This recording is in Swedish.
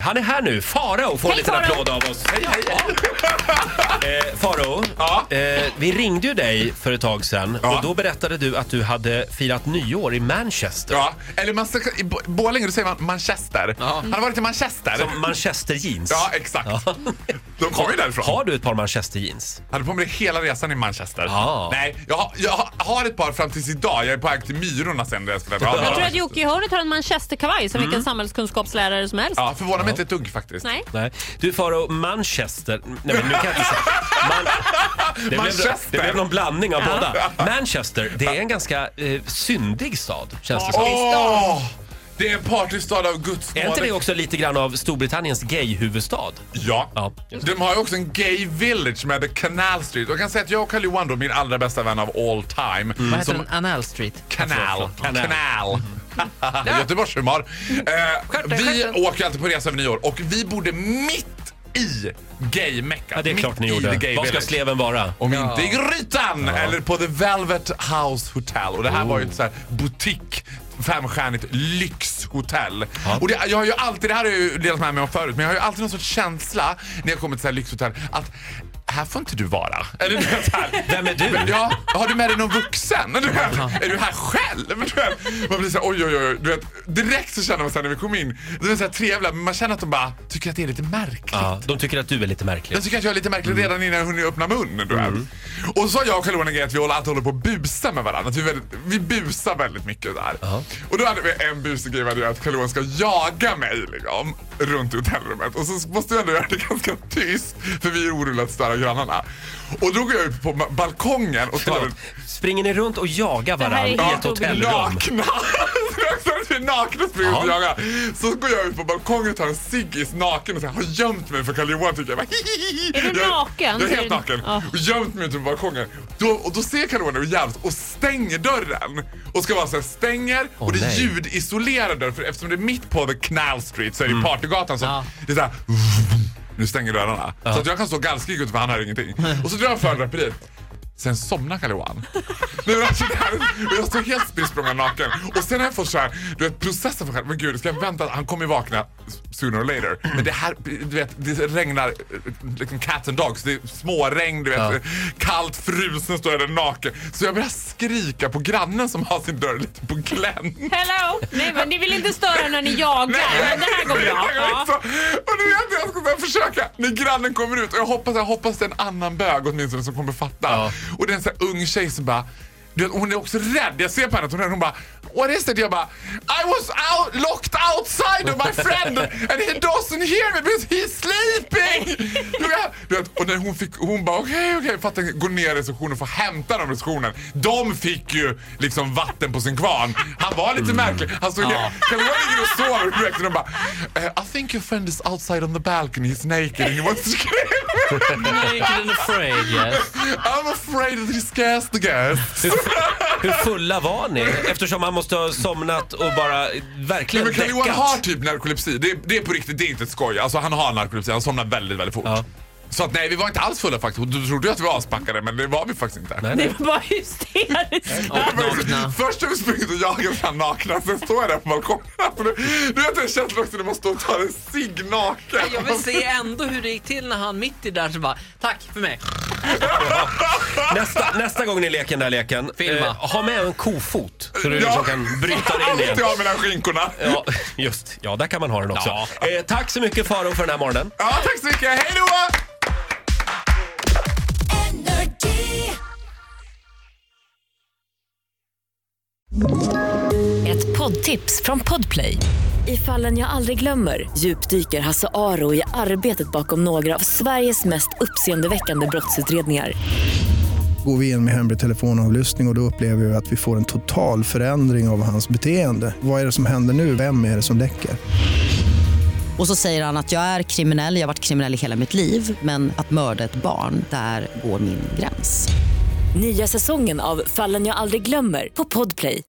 Han är här nu. Farao får en liten applåd av oss. Farao, vi ringde ju dig för ett tag sedan och då berättade du att du hade firat nyår i Manchester. Ja, eller i Borlänge då säger man Manchester. Han har varit i Manchester. Som Manchester jeans. Ja, exakt. De kommer ju därifrån. Har du ett par Manchester jeans? Jag hade på mig hela resan i Manchester. Nej, jag har ett par fram tills idag. Jag är på väg till Myrorna sen. Jag tror att Jocke Hörnet har en Manchester-kavaj som vilken samhällskunskapslärare som helst. Ja, förvånar mig inte ett dugg faktiskt. Nej. Du Farao, Manchester. Nej, men nu kan jag inte säga. Det blev någon blandning av båda. Manchester, det är en ganska syndig stad, känns det som. Det är en partystad av Guds nåde. Är inte det också lite grann av Storbritanniens gay-huvudstad? Ja. De har ju också en gay village med The Canal Street. Och jag kan säga att jag och Carl-Johan då, min allra bästa vän av all time. Vad heter den? Anal Street? Kanal. Göteborgs humor. Vi åker alltid på resa över nyår och vi bodde mitt i gay-mecka. Ja, det är klart ni gjorde. Vad ska sleven vara? Om inte i Grytan eller på The Velvet House Hotel. Och det här var ju ett så här butik, 5-stjärnigt lyxhotell. Och jag har ju alltid, det här har jag ju delat med mig om förut, men jag har ju alltid någon sorts känsla när jag kommer till så här lyxhotell att här får inte du vara. Eller du vet här. Vem är du? Ja, har du med dig någon vuxen? Du vet, är du här själv? Du vet, man blir så här, oj. Du vet, direkt så känner man sig när vi kom in. Det är så här trevliga, men man känner att de bara tycker att det är lite märkligt. Ja, de tycker att du är lite märklig. De tycker att jag är lite märklig redan innan jag hunnit öppna munnen. Du vet. Och så har jag och Carl-Johan en grej att vi alltid håller på att busa med varandra. Att vi busar väldigt mycket där. Och då hade vi en busig grej att Carl-Johan ska jaga mig liksom, runt i hotellrummet. Och så måste jag ändå göra det ganska tyst, för vi är oroliga att störa grannarna. Och då går jag upp på balkongen och springer ni runt och jagar varandra i ett hotellrum? Nakna! Vi är nakna och springer och jagar. Så går jag ut på balkongen och tar en ciggis naken och så här, har gömt mig för Carl-Johan tycker jag. Är du naken? Jag är helt naken och gömt mig ute på balkongen. Då ser Carl-Johan och jävligt och stänger dörren. Och ska vara så här, stänger och det är ljudisolerad dörr, för eftersom det är mitt på The Canal Street så är det partygatan så det är så här. Nu stänger dörrarna. Så att jag kan stå gallskrig ut för han hör ingenting. Och så drar jag fördraperiet. Sen somnar Carl-Johan. Och jag står helt spillsprångad naken. Och sen har jag fått så här, du vet, processen för själv. Men gud, ska jag vänta? Han kommer ju vakna sooner or later. Men det här, du vet, det regnar liksom cats and dogs. Det är små regn, du vet. Kallt, frusen står där naken. Så jag börjar skrika på grannen som har sin dörr lite på glänt. Hello! Nej, men ni vill inte störa när ni jagar. Men det här går bra. Och nu vet jag ska försöka. När grannen kommer ut. Och jag hoppas det är en annan bög åtminstone som kommer fatta. Och det är en sån här ung tjej som bara, hon är också rädd. Jag ser på henne att hon bara, what is it? Jag bara, I was locked outside of my friend and he doesn't hear me because he's sleeping. Du vet, och när hon bara okej, fattar, gå ner i receptionen och få hämta dem i receptionen. De fick ju liksom vatten på sin kvan. Han var lite märklig. Han stod ner, kan vi ligga och sova direkt och de bara, I think your friend is outside on the balcony, he's naked and he wants to scream. Naked and afraid, yes. I'm afraid that he scares the guests. Hur fulla var ni? Eftersom han måste ha somnat och bara verkligen däckat. Men Carl-Johan har typ narkolepsi. Det är på riktigt, det är inte ett skoj. Alltså han har narkolepsi, han somnar väldigt, väldigt fort. Så att nej, vi var inte alls fulla faktiskt. Du trodde att vi var aspackade, men det var vi faktiskt inte. Nej. Det var bara hysteriskt. Först har vi sprungit och jagat fram nakna, sen står jag där på balkongen. Du vet en känsla också när man står och tar en cigg naken. Jag vill se ändå hur det gick till när han mitt i där så bara, tack för mig. Nästa gång ni leker den här leken, ha med en kofot så du liksom kan bryta dig in igen. Jag med den skinkorna. Ja, just. Ja, där kan man ha den också. Tack så mycket Farao för den här morgonen. Ja, tack så mycket. Hej då! Ett poddtips från Podplay. I Fallen jag aldrig glömmer djupdyker Hasse Aro i arbetet bakom några av Sveriges mest uppseendeväckande brottsutredningar. Går vi in med hemlig telefonavlyssning och då upplever vi att vi får en total förändring av hans beteende. Vad är det som händer nu? Vem är det som läcker? Och så säger han att jag är kriminell, jag har varit kriminell i hela mitt liv. Men att mörda ett barn, där går min gräns. Nya säsongen av Fallen jag aldrig glömmer på Podplay.